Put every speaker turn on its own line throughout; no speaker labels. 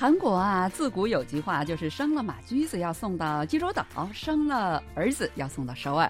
韩国啊，自古有句话，就是生了马驹子要送到济州岛，生了儿子要送到首尔。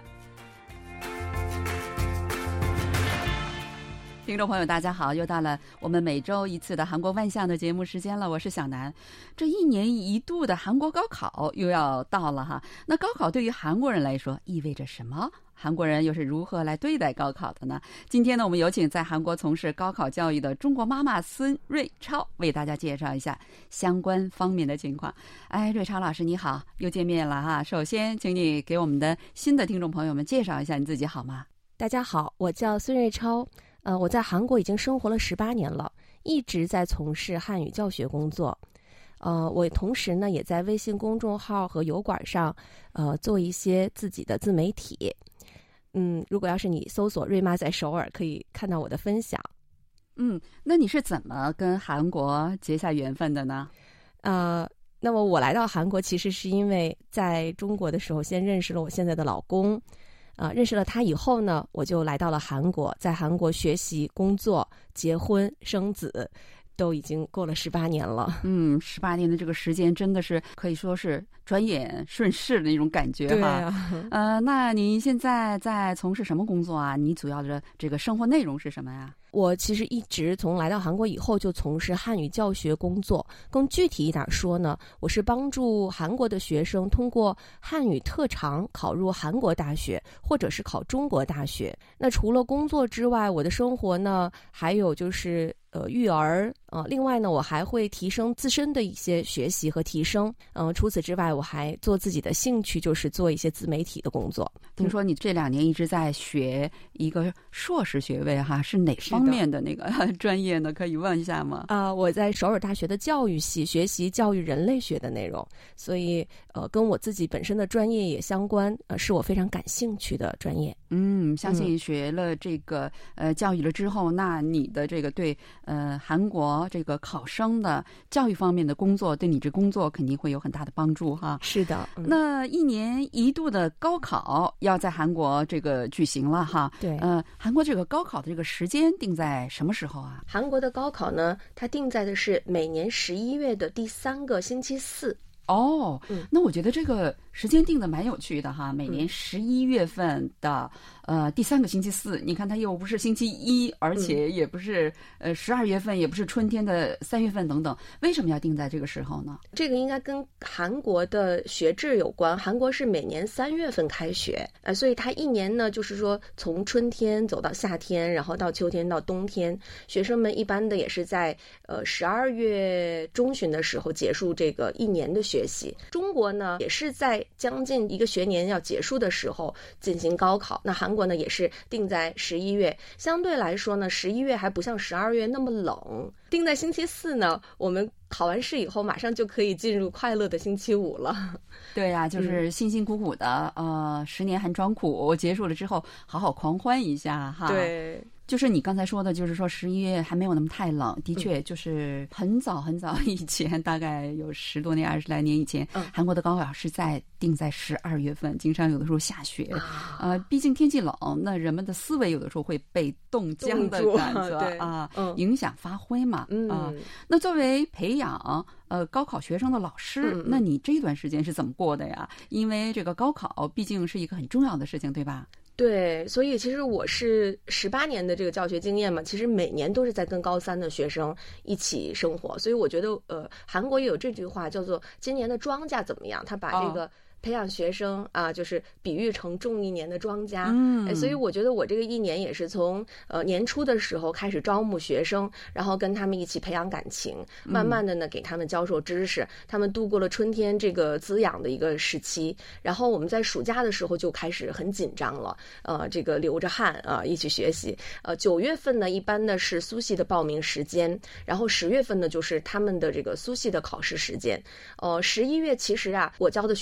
听众朋友大家好，又到了我们每周一次的韩国万象的节目时间了，我是小南。这一年一度的韩国高考又要到了哈，那高考对于韩国人来说意味着什么？韩国人又是如何来对待高考的呢？今天呢，我们有请在韩国从事高考教育的中国妈妈孙瑞超为大家介绍一下相关方面的情况。哎，瑞超老师你好，又见面了哈。首先请你给我们的新的听众朋友们介绍一下你自己好吗？
大家好，我叫孙瑞超，我在韩国已经生活了18年了，一直在从事汉语教学工作。我同时呢也在微信公众号和油管上做一些自己的自媒体。如果要是你搜索瑞妈在首尔，可以看到我的分享。
那你是怎么跟韩国结下缘分的呢？
那么我来到韩国其实是因为在中国的时候先认识了我现在的老公，认识了他以后呢，我就来到了韩国，在韩国学习、工作、结婚、生子，都已经过了18年了。
18年的这个时间真的是可以说是转眼顺势的那种感觉哈。
对
那您现在在从事什么工作啊？你主要的这个生活内容是什么呀？
我其实一直从来到韩国以后就从事汉语教学工作，更具体一点说呢，我是帮助韩国的学生通过汉语特长考入韩国大学或者是考中国大学。那除了工作之外，我的生活呢还有就是育儿，另外呢我还会提升自身的一些学习和提升。除此之外，我还做自己的兴趣，就是做一些自媒体的工作。
听说你这2年一直在学一个硕士学位哈，是哪方面的那个专业呢？可以问一下吗？
我在首尔大学的教育系学习教育人类学的内容，所以跟我自己本身的专业也相关，是我非常感兴趣的专业。
相信学了这个教育了之后，那你的这个对韩国这个考生的教育方面的工作，对你这工作肯定会有很大的帮助哈。
是的，
那1年1度的高考要在韩国这个举行了哈。
对，
韩国这个高考的这个时间定在什么时候啊？
韩国的高考呢，它定在的是每年11月的第3个星期四。
那我觉得这个时间定的蛮有趣的哈，每年11月份的第3个星期四，你看它又不是星期一，而且也不是12月份，也不是春天的3月份等等，为什么要定在这个时候呢？
这个应该跟韩国的学制有关，韩国是每年3月份开学，所以它一年呢就是说从春天走到夏天，然后到秋天到冬天，学生们一般的也是在12月中旬的时候结束这个1年的学习。中国呢也是在将近1个学年要结束的时候进行高考，那韩国呢也是定在11月，相对来说呢11月还不像12月那么冷，定在星期四呢，我们考完试以后马上就可以进入快乐的星期五了。
对呀，就是辛辛苦苦的10年寒窗苦结束了之后，好好狂欢一下哈。
对，
就是你刚才说的，就是说11月还没有那么太冷，的确就是很早很早以前，大概有10多年、20来年以前，韩国的高考是定在12月份，经常有的时候下雪，毕竟天气冷，那人们的思维有的时候会被冻僵的感觉影响发挥嘛。那作为培养高考学生的老师，那你这段时间是怎么过的呀？因为这个高考毕竟是一个很重要的事情，对吧？
对，所以其实我是18年的这个教学经验嘛，其实每年都是在跟高3的学生一起生活，所以我觉得韩国也有这句话叫做今年的庄稼怎么样，他把这个培养学生就是比喻成种1年的庄稼。所以我觉得我这个1年也是从年初的时候开始招募学生，然后跟他们一起培养感情，慢慢的呢给他们教授知识，他们度过了春天这个滋养的一个时期，然后我们在暑假的时候就开始很紧张了，这个流着汗一起学习。9月份呢一般的是苏系的报名时间，然后10月份呢就是他们的这个苏系的考试时间。11月其实我教的学生多数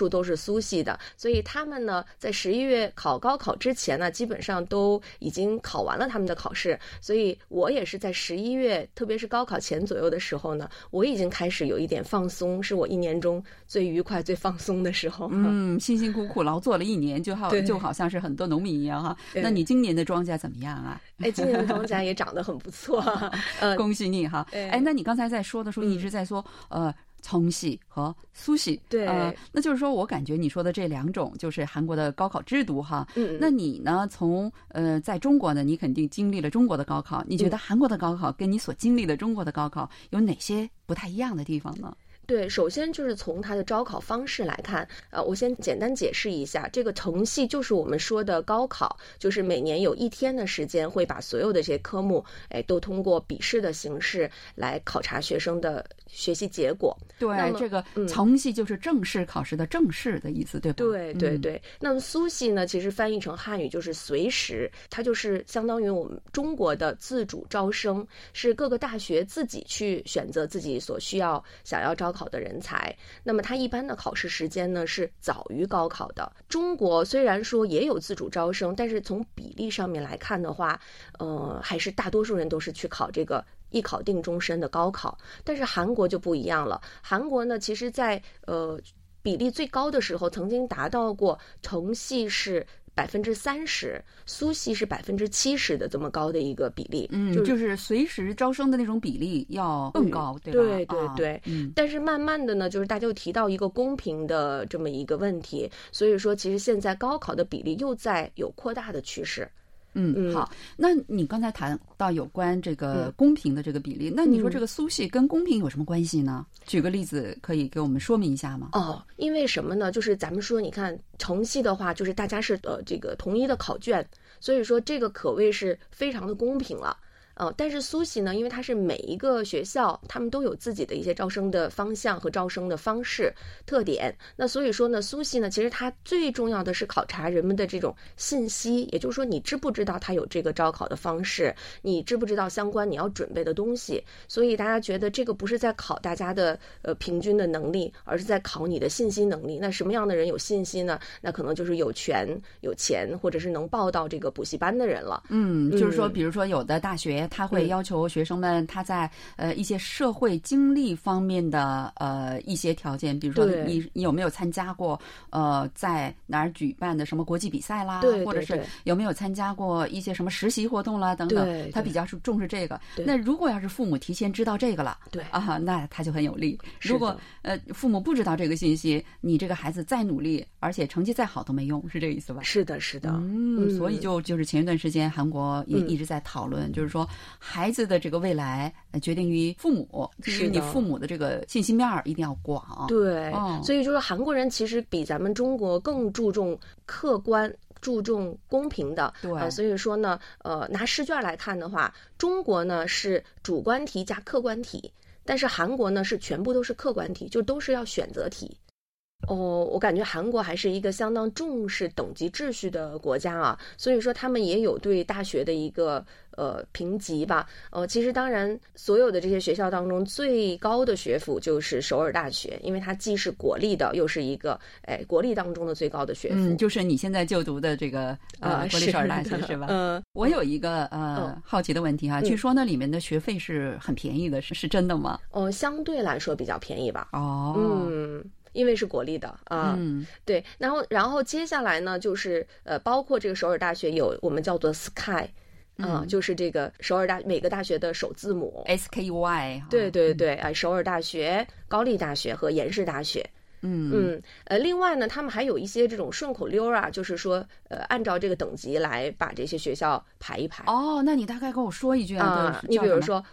数都是苏系的，所以他们呢在11月考高考之前呢，基本上都已经考完了他们的考试，所以我也是在11月，特别是高考前左右的时候呢，我已经开始有一点放松，是我一年中最愉快、最放松的时候。
辛辛苦苦劳作了一年，就好像是很多农民一样哈。那你今年的庄稼怎么样啊？
今年的庄稼也长得很不错，
恭喜你哈！那你刚才在说的时候一直在说葱系和苏系，
对，
那就是说我感觉你说的这两种就是韩国的高考制度哈。那你呢？从在中国呢，你肯定经历了中国的高考，你觉得韩国的高考跟你所经历的中国的高考有哪些不太一样的地方呢？
对，首先就是从它的招考方式来看，我先简单解释一下，这个成系就是我们说的高考，就是每年有1天的时间会把所有的这些科目，都通过笔试的形式来考察学生的学习结果。
对，这个成系就是正式考试的正式的意思，对吧？
对对对。那么苏系呢，其实翻译成汉语就是随时，它就是相当于我们中国的自主招生，是各个大学自己去选择自己所需要想要招考的人才。那么它一般的考试时间呢是早于高考的。中国虽然说也有自主招生，但是从比例上面来看的话，还是大多数人都是去考这个一考定终身的高考。但是韩国就不一样了，韩国呢其实在比例最高的时候曾经达到过成系是30%，苏系是70%的这么高的一个比例，
就是随时招生的那种比例要更高，对吧？
对对对。但是慢慢的呢，就是大家又提到一个公平的这么一个问题，所以说其实现在高考的比例又在有扩大的趋势。
好，那你刚才谈到有关这个公平的这个比例，那你说这个苏系跟公平有什么关系呢？举个例子可以给我们说明一下吗？
因为什么呢？就是咱们说，你看成系的话，就是大家是这个统一的考卷，所以说这个可谓是非常的公平了。但是苏系呢，因为它是每一个学校他们都有自己的一些招生的方向和招生的方式特点，那所以说呢，苏系呢其实它最重要的是考察人们的这种信息，也就是说你知不知道它有这个招考的方式，你知不知道相关你要准备的东西。所以大家觉得这个不是在考大家的平均的能力，而是在考你的信息能力。那什么样的人有信息呢？那可能就是有权有钱或者是能报到这个补习班的人了。
就是说比如说有的大学他会要求学生们他在一些社会经历方面的一些条件，比如说你有没有参加过在哪儿举办的什么国际比赛啦，或者是有没有参加过一些什么实习活动啦等等，他比较重视这个。那如果要是父母提前知道这个了，那他就很有利。如果父母不知道这个信息，你这个孩子再努力而且成绩再好都没用，是这个意思吧？
是的是的。
所以就是前一段时间韩国也一直在讨论，就是说孩子的这个未来决定于父母，就是你父母的这个信息面一定要广。
对，所以就是韩国人其实比咱们中国更注重客观、注重公平的。
对，
所以说呢，拿试卷来看的话，中国呢是主观题加客观题，但是韩国呢是全部都是客观题，就都是要选择题。我感觉韩国还是一个相当重视等级秩序的国家啊，所以说他们也有对大学的一个评级吧。其实当然所有的这些学校当中最高的学府就是首尔大学，因为它既是国立的，又是一个国立当中的最高的学府。
就是你现在就读的这个国立首尔大学是吧？我有一个好奇的问题哈，据说那里面的学费是很便宜的，是真的吗？
相对来说比较便宜吧。因为是国立的对。然后接下来呢，就是包括这个首尔大学有我们叫做 SKY，就是这个首尔每个大学的首字母
SKY。
对对对，首尔大学、高丽大学和延世大学。另外呢，他们还有一些这种顺口溜啊，就是说按照这个等级来把这些学校排一排。
那你大概跟我说一句啊？
你比如说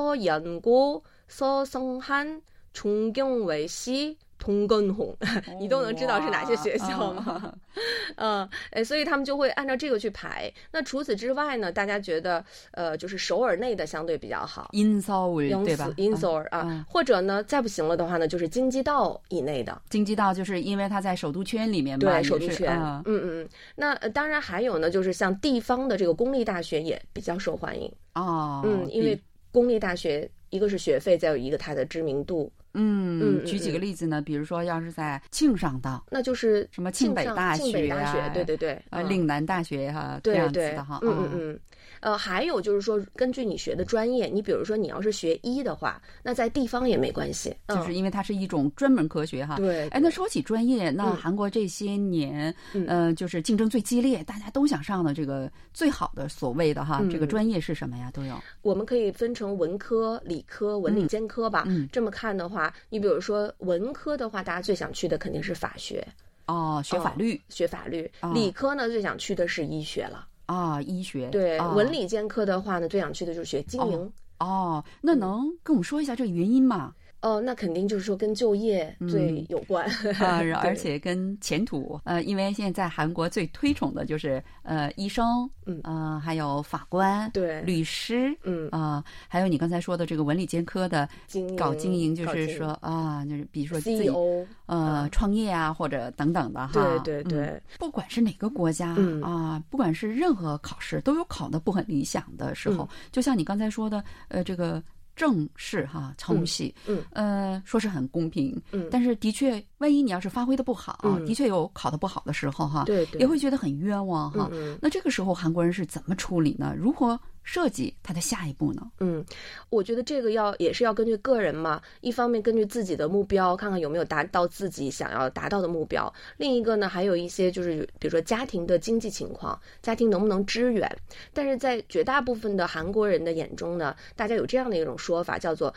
서연고、서성한、총경외시、通根红，你都能知道是哪些学校吗？所以他们就会按照这个去排。那除此之外呢，大家觉得就是首尔内的相对比较好，
인서울对吧？
인서울或者呢再不行了的话呢，就是京畿道以内的。
京畿道就是因为它在首都圈里面嘛，
对，首都圈。那当然还有呢，就是像地方的这个公立大学也比较受欢迎。因为公立大学一个是学费，再有一个它的知名度。
举几个例子呢？比如说，要是在庆尚道，
那就是
什么庆北大学
啊，对对对，
岭南大学哈，这样子的哈，
还有就是说，根据你学的专业，你比如说你要是学医的话，那在地方也没关系，
就是因为它是一种专门科学哈。
对，
那说起专业，那韩国这些年，就是竞争最激烈，大家都想上的这个最好的所谓的哈，这个专业是什么呀？都有。
我们可以分成文科、理科、文理兼科吧。这么看的话，你比如说文科的话，大家最想去的肯定是法学。
学法律，
学法律。理科呢，最想去的是医学了。
医学。
对，文理兼科的话呢，最想去的就是学经营。
那能跟我们说一下这个原因吗？
那肯定就是说跟就业最有关
而且跟前途。因为现在韩国最推崇的就是医生，还有法官，
对，
律师，还有你刚才说的这个文理兼科的搞经营，就是说就是比如说自己
CEO
创业啊，或者等等的哈。
对对对，
不管是哪个国家不管是任何考试，都有考得不很理想的时候。就像你刚才说的，这个。正式程序，说是很公平，但是的确，万一你要是发挥的不好，的确有考得不好的时候哈，
对，
也会觉得很冤枉哈。那这个时候韩国人是怎么处理呢？如何设计他的下一步呢？
我觉得这个也是要根据个人嘛，一方面根据自己的目标，看看有没有达到自己想要达到的目标；另一个呢，还有一些就是比如说家庭的经济情况，家庭能不能支援。但是在绝大部分的韩国人的眼中呢，大家有这样的一种说法，叫做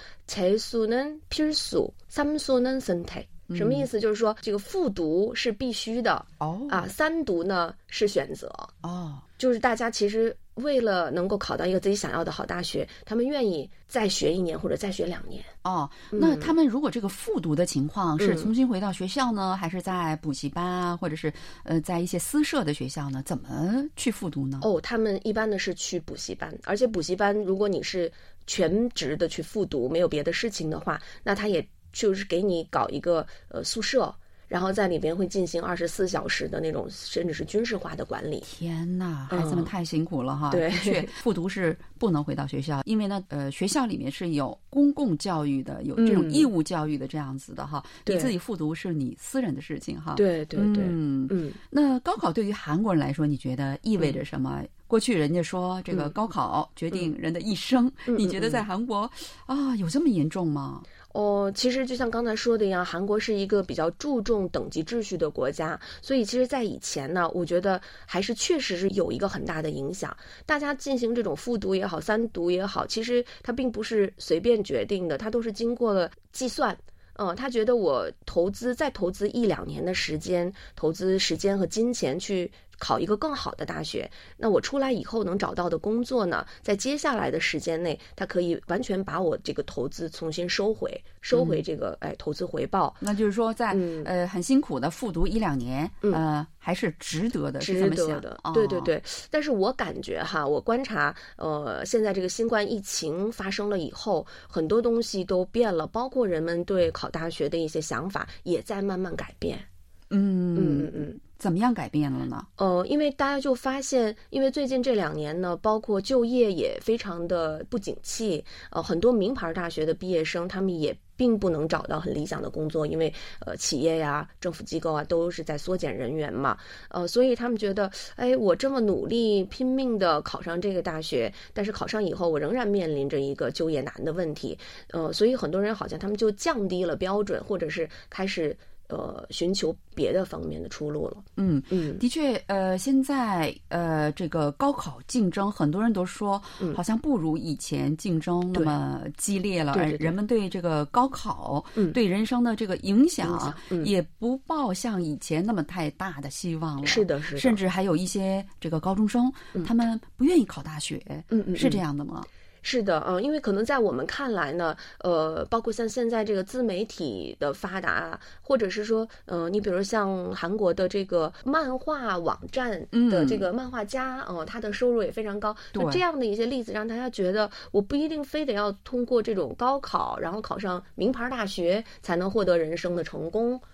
재수는 필수, 삼수는 선택。什么意思？就是说这个复读是必须的三读呢是选择就是大家其实为了能够考到一个自己想要的好大学，他们愿意再学1年或者再学2年。
那他们如果这个复读的情况是重新回到学校呢，还是在补习班啊，或者是在一些私设的学校呢？怎么去复读呢？
他们一般的是去补习班，而且补习班如果你是全职的去复读，没有别的事情的话，那他也就是给你搞一个宿舍，然后在里边会进行24小时的那种甚至是军事化的管理。
天哪，孩子们太辛苦了哈！
对，
的确，复读是不能回到学校，因为呢，学校里面是有公共教育的，有这种义务教育的这样子的哈。你自己复读是你私人的事情哈。
对对对，
那高考对于韩国人来说，你觉得意味着什么？过去人家说这个高考决定人的一生，你觉得在韩国有这么严重吗？
其实就像刚才说的一样，韩国是一个比较注重等级秩序的国家，所以其实在以前呢，我觉得还是确实是有一个很大的影响。大家进行这种复读也好，三读也好，其实它并不是随便决定的，它都是经过了计算。他觉得我再投资1-2年的时间，投资时间和金钱去考一个更好的大学，那我出来以后能找到的工作呢，在接下来的时间内，他可以完全把我这个投资重新收回这个投资回报。
那就是说在很辛苦的复读1-2年，还是值得的，
值得的。对对对。但是我感觉我观察现在这个新冠疫情发生了以后，很多东西都变了，包括人们对考大学的一些想法也在慢慢改变。
怎么样改变了呢？
因为大家就发现，因为最近这2年呢，包括就业也非常的不景气，很多名牌大学的毕业生，他们也并不能找到很理想的工作，因为企业呀、政府机构啊都是在缩减人员嘛，所以他们觉得，我这么努力拼命的考上这个大学，但是考上以后，我仍然面临着一个就业难的问题，所以很多人好像他们就降低了标准，或者是开始寻求别的方面的出路了。
的确，现在这个高考竞争，很多人都说，好像不如以前竞争那么激烈了。
对，
人们对这个高考对人生的这个影响，也不抱像以前那么太大的希望了。
是的，是的。
甚至还有一些这个高中生，他们不愿意考大学。是这样的吗？
是的，因为可能在我们看来呢，包括像现在这个自媒体的发达，或者是说，你比如像韩国的这个漫画网站的这个漫画家，他的收入也非常高。就这样的一些例子，让大家觉得我不一定非得要通过这种高考，然后考上名牌大学才能获得人生的成功。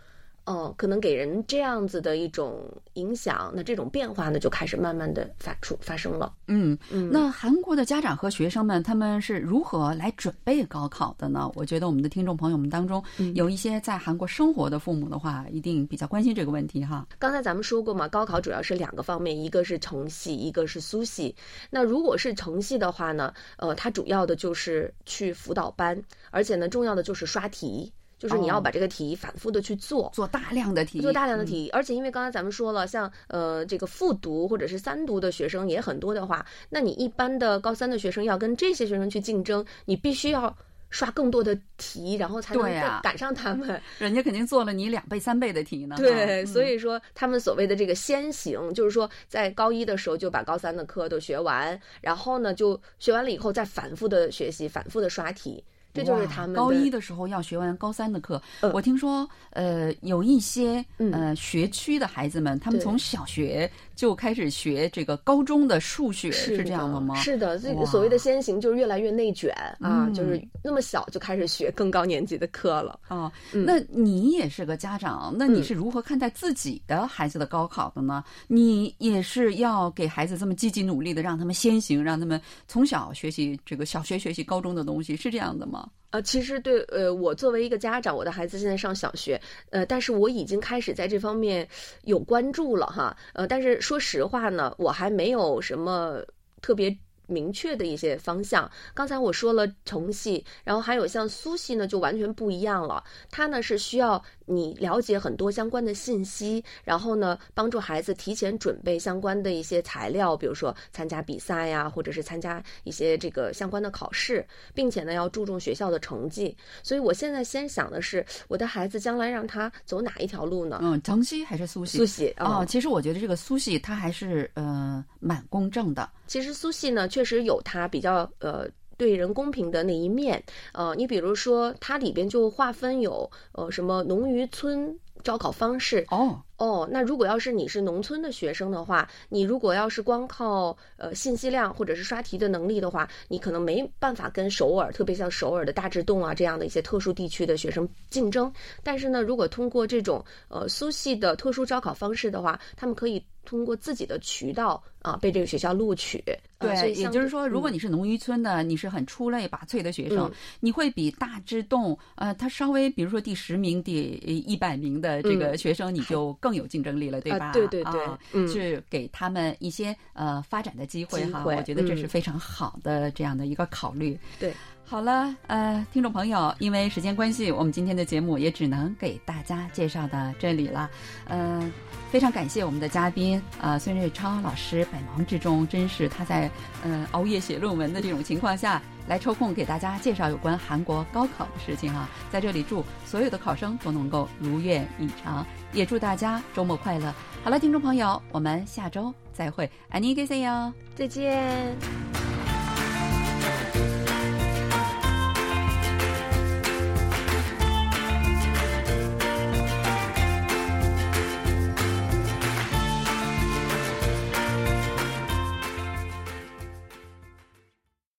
可能给人这样子的一种影响，那这种变化呢就开始慢慢的发生了。
那韩国的家长和学生们他们是如何来准备高考的呢？我觉得我们的听众朋友们当中有一些在韩国生活的父母的话，一定比较关心这个问题哈。
刚才咱们说过嘛，高考主要是2个方面，一个是成系，一个是苏系。那如果是成系的话呢，它主要的就是去辅导班，而且呢重要的就是刷题。就是你要把这个题反复的去做
大量的题，
而且因为刚才咱们说了，像这个复读或者是3读的学生也很多的话，那你一般的高3的学生要跟这些学生去竞争，你必须要刷更多的题，然后才能再赶上他们。
人家肯定做了你2倍3倍的题呢。
对，所以说他们所谓的这个先行，就是说在高1的时候就把高3的课都学完，然后呢就学完了以后再反复的学习，反复的刷题。这就是他们
高1的时候要学完高3的课。我听说有一些学区的孩子们，他们从小学就开始学这个高中的数学，是这样的吗？
是的，这个所谓的先行就是越来越内卷啊，就是那么小就开始学更高年级的课了。
那你也是个家长，那你是如何看待自己的孩子的高考的呢？你也是要给孩子这么积极努力的，让他们先行，让他们从小学习这个小学学习高中的东西，是这样的吗？
其实对，我作为一个家长，我的孩子现在上小学，但是我已经开始在这方面有关注了哈，但是说实话呢，我还没有什么特别明确的一些方向。刚才我说了成系，然后还有像苏系呢，就完全不一样了。它呢是需要你了解很多相关的信息，然后呢帮助孩子提前准备相关的一些材料，比如说参加比赛呀，或者是参加一些这个相关的考试，并且呢要注重学校的成绩。所以我现在先想的是，我的孩子将来让他走哪一条路呢？
成系还是苏系？
苏系
其实我觉得这个苏系它还是蛮公正的。
其实苏系呢确实有它比较对人公平的那一面。你比如说它里边就划分有什么农渔村招考方式。那如果要是你是农村的学生的话，你如果要是光靠信息量或者是刷题的能力的话，你可能没办法跟首尔，特别像首尔的大直洞啊这样的一些特殊地区的学生竞争。但是呢，如果通过这种苏系的特殊招考方式的话，他们可以通过自己的渠道被这个学校录取。
对，也就是说，如果你是农渔村的，你是很出类拔萃的学生，你会比大直洞他稍微比如说第10名、第100名的这个学生，你就更有竞争力了，对吧？
对，
是给他们一些发展的机会哈。我觉得这是非常好的这样的一个考虑。
对。
好了，听众朋友，因为时间关系，我们今天的节目也只能给大家介绍到这里了。非常感谢我们的嘉宾孙瑞超老师，百忙之中真是他在熬夜写论文的这种情况下来抽空给大家介绍有关韩国高考的事情啊。在这里祝所有的考生都能够如愿以偿，也祝大家周末快乐。好了，听众朋友，我们下周再会，안녕히 계세요，
再见。